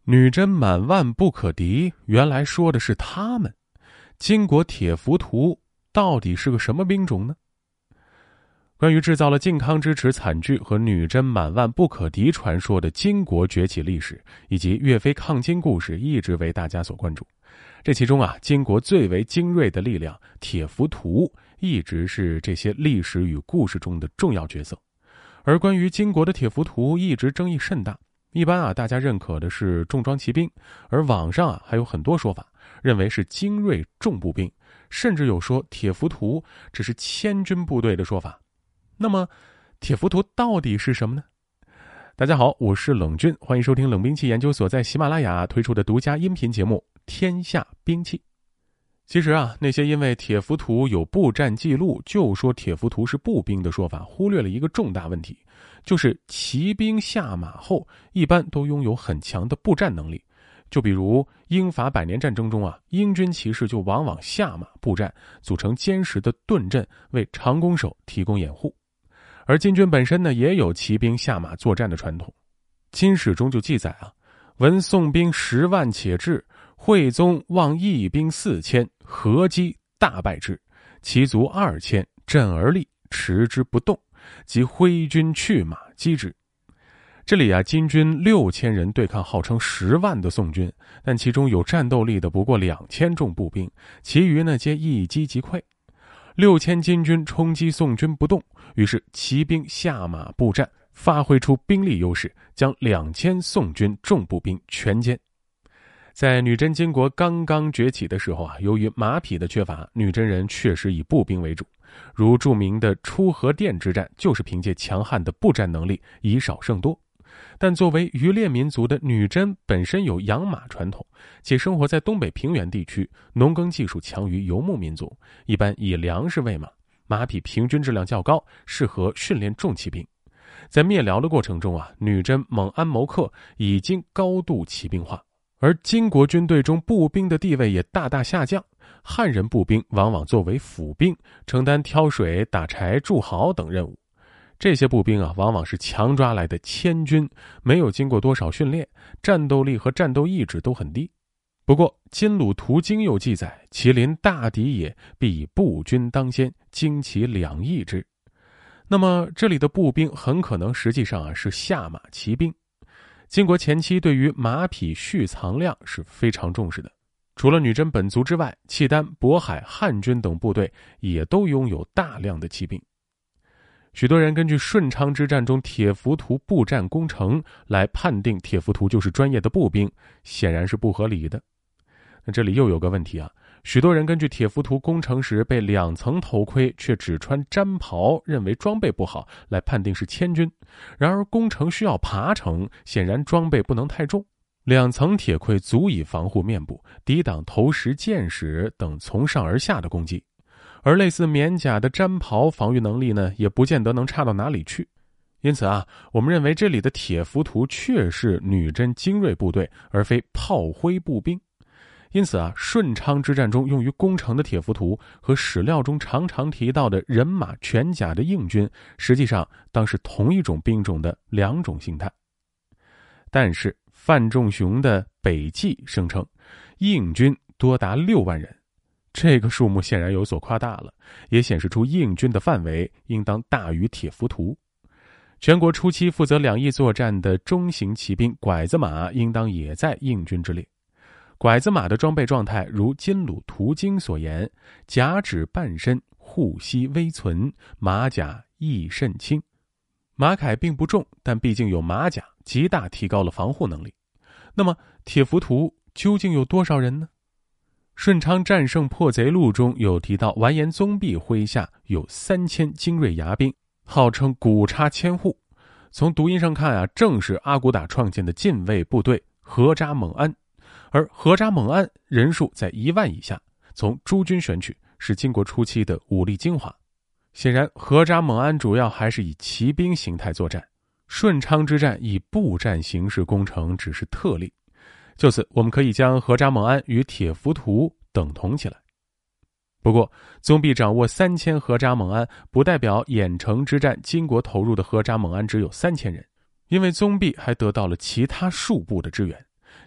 女真满万不可敌，原来说的是他们。金国铁浮屠到底是个什么兵种呢？关于制造了靖康之耻惨剧和女真满万不可敌传说的金国崛起历史，以及岳飞抗金故事，一直为大家所关注。这其中金国最为精锐的力量铁浮屠一直是这些历史与故事中的重要角色。而关于金国的铁浮屠一直争议甚大，一般大家认可的是重装骑兵，而网上还有很多说法，认为是精锐重步兵，甚至有说铁浮屠只是千军部队的说法。那么铁浮屠到底是什么呢？大家好，我是冷军，欢迎收听冷兵器研究所在喜马拉雅推出的独家音频节目《天下兵器》。其实那些因为铁浮屠有步战记录就说铁浮屠是步兵的说法，忽略了一个重大问题，就是骑兵下马后一般都拥有很强的步战能力。就比如英法百年战争中英军骑士就往往下马步战，组成坚实的盾阵，为长弓手提供掩护。而金军本身也有骑兵下马作战的传统。金史中就记载闻宋兵10万且至，惠宗望义兵4000，合击大败之，其卒2000，振而立，持之不动，即挥军去马击之。这里金军6000人对抗号称10万的宋军，但其中有战斗力的不过2000重步兵，其余皆一击即溃。6000金军冲击宋军不动，于是骑兵下马步战，发挥出兵力优势，将2000宋军重步兵全歼。在女真金国刚刚崛起的时候由于马匹的缺乏，女真人确实以步兵为主，如著名的出河店之战就是凭借强悍的步战能力以少胜多。但作为渔猎民族的女真本身有养马传统，且生活在东北平原地区，农耕技术强于游牧民族，一般以粮食喂马，马匹平均质量较高，适合训练重骑兵。在灭辽的过程中女真蒙安谋克已经高度骑兵化，而金国军队中步兵的地位也大大下降，汉人步兵往往作为辅兵，承担挑水、打柴、筑壕等任务。这些步兵往往是强抓来的千军，没有经过多少训练，战斗力和战斗意志都很低。不过金鲁图经又记载，麒麟大敌也，必以步军当先，精其两翼之。那么这里的步兵很可能实际上是下马骑兵。金国前期对于马匹蓄藏量是非常重视的，除了女真本族之外，契丹、渤海、汉军等部队也都拥有大量的骑兵。许多人根据顺昌之战中铁浮屠步战攻城来判定铁浮屠就是专业的步兵，显然是不合理的。那这里又有个问题许多人根据铁浮屠攻城时被2层头盔却只穿毡袍，认为装备不好，来判定是千军。然而攻城需要爬城，显然装备不能太重，2层铁盔足以防护面部，抵挡投石、箭矢等从上而下的攻击。而类似棉甲的毡袍防御能力也不见得能差到哪里去。因此我们认为这里的铁浮屠确是女真精锐部队，而非炮灰步兵。因此顺昌之战中用于攻城的铁浮屠和史料中常常提到的人马全甲的硬军，实际上当是同一种兵种的2种形态。但是范仲雄的北纪声称硬军多达6万人，这个数目显然有所夸大了，也显示出硬军的范围应当大于铁浮屠。全国初期负责两翼作战的中型骑兵拐子马应当也在硬军之列。拐子马的装备状态如金鲁图经所言，甲指半身，护膝微存，马甲亦甚轻。马铠并不重，但毕竟有马甲，极大提高了防护能力。那么铁浮屠究竟有多少人呢？顺昌战胜破贼录中有提到，完颜宗弼麾下有3000精锐牙兵，号称古差千户。从读音上看正是阿骨打创建的禁卫部队合扎猛安。而合扎猛安人数在1万以下，从诸军选取，是金国初期的武力精华。显然合扎猛安主要还是以骑兵形态作战，顺昌之战以步战形式攻城只是特例。就此我们可以将合扎猛安与铁浮屠等同起来。不过宗弼掌握3000合扎猛安，不代表郾城之战金国投入的合扎猛安只有3000人，因为宗弼还得到了其他数部的支援。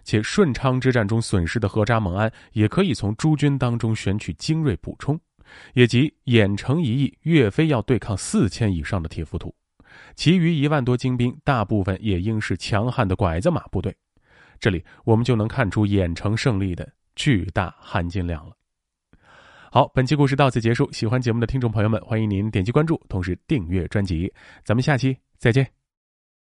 且顺昌之战中损失的合扎蒙安也可以从诸军当中选取精锐补充，也即郾城一役岳飞要对抗4000以上的铁浮屠，其余1万多精兵大部分也应是强悍的拐子马部队。这里我们就能看出郾城胜利的巨大含金量了。好，本期故事到此结束，喜欢节目的听众朋友们，欢迎您点击关注，同时订阅专辑，咱们下期再见。